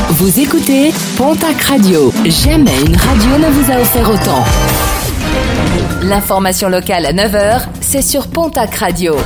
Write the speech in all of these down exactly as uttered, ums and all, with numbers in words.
Vous écoutez Pontac Radio. Jamais une radio ne vous a offert autant. L'information locale à neuf heures, c'est sur Pontac Radio.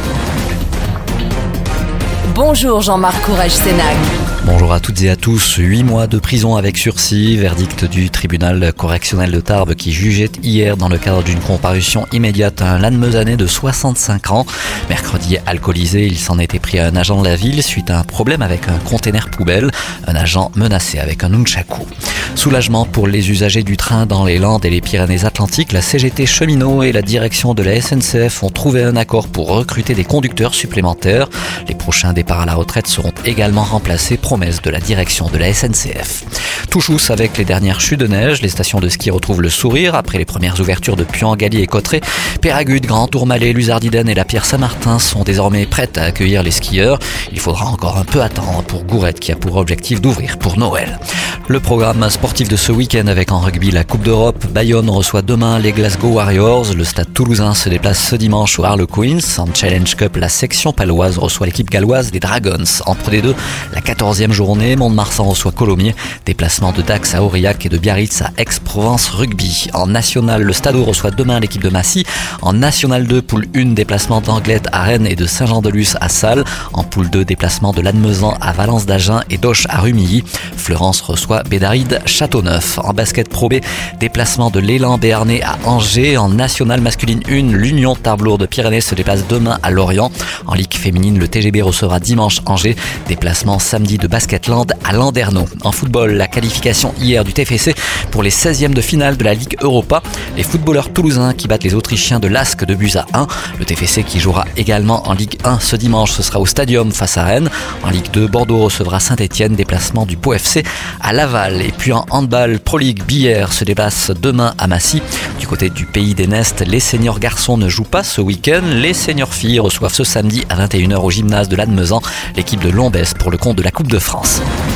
Bonjour Jean-Marc Courage-Sénac. Bonjour à toutes et à tous. Huit mois de prison avec sursis, verdict du tribunal correctionnel de Tarbes qui jugeait hier dans le cadre d'une comparution immédiate un Lannemezanais de soixante-cinq ans. Mercredi alcoolisé, il s'en était pris à un agent de la ville suite à un problème avec un container poubelle. Un agent menacé avec un nunchaku. Soulagement pour les usagers du train dans les Landes et les Pyrénées-Atlantiques. La C G T Cheminots et la direction de la S N C F ont trouvé un accord pour recruter des conducteurs supplémentaires. Les prochains départs à la retraite seront également remplacés, promesse de la direction de la S N C F. Tout chousse avec les dernières chutes de neige. Les stations de ski retrouvent le sourire après les premières ouvertures de Puy-en-Galie et Cotterêts. Péragudes, Grand Tourmalet, Luzardiden et la Pierre-Saint-Martin sont désormais prêtes à accueillir les skieurs. Il faudra encore un peu attendre pour Gourette qui a pour objectif d'ouvrir pour Noël. Le programme sportif de ce week-end avec en rugby la Coupe d'Europe. Bayonne reçoit demain les Glasgow Warriors. Le Stade Toulousain se déplace ce dimanche au Harlequins. En Challenge Cup, la section paloise reçoit l'équipe galloise des Dragons. En Pro D deux, la quatorzième journée, Mont-de-Marsan reçoit Colomiers. Déplacement de Dax à Aurillac et de Biarritz à Aix-Provence Rugby. En National, le Stade reçoit demain l'équipe de Massy. En National deux, poule un, déplacement d'Anglet à Rennes et de Saint-Jean-de-Luz à Salles. En poule deux, déplacement de Lannemezan à Valence d'Agen et d'Auch à Rumilly. Fleurance reçoit Bédaride Châteauneuf. En basket Pro B, déplacement de l'Élan Béarnais à Angers. En National masculine un, l'Union Tarbes-Lourdes-Pyrénées se déplace demain à Lorient. En Ligue féminine, le T G B recevra dimanche Angers. Déplacement samedi de Basketland à Landerneau. En football, la qualification hier du T F C pour les seizièmes de finale de la Ligue Europa. Les footballeurs toulousains qui battent les Autrichiens de Lasque de buts à un. Le T F C qui jouera également en Ligue un ce dimanche, ce sera au Stadium face à Rennes. En Ligue deux, Bordeaux recevra Saint-Etienne, déplacement du Pau F C à Laval. Et puis en handball, Pro League, Billère se déplace demain à Massy. Du côté du pays des Nestes, les seniors garçons ne jouent pas ce week-end. Les seniors filles reçoivent ce samedi à vingt et une heures au gymnase de Lannemezan l'équipe de Lombès pour le compte de la Coupe de France.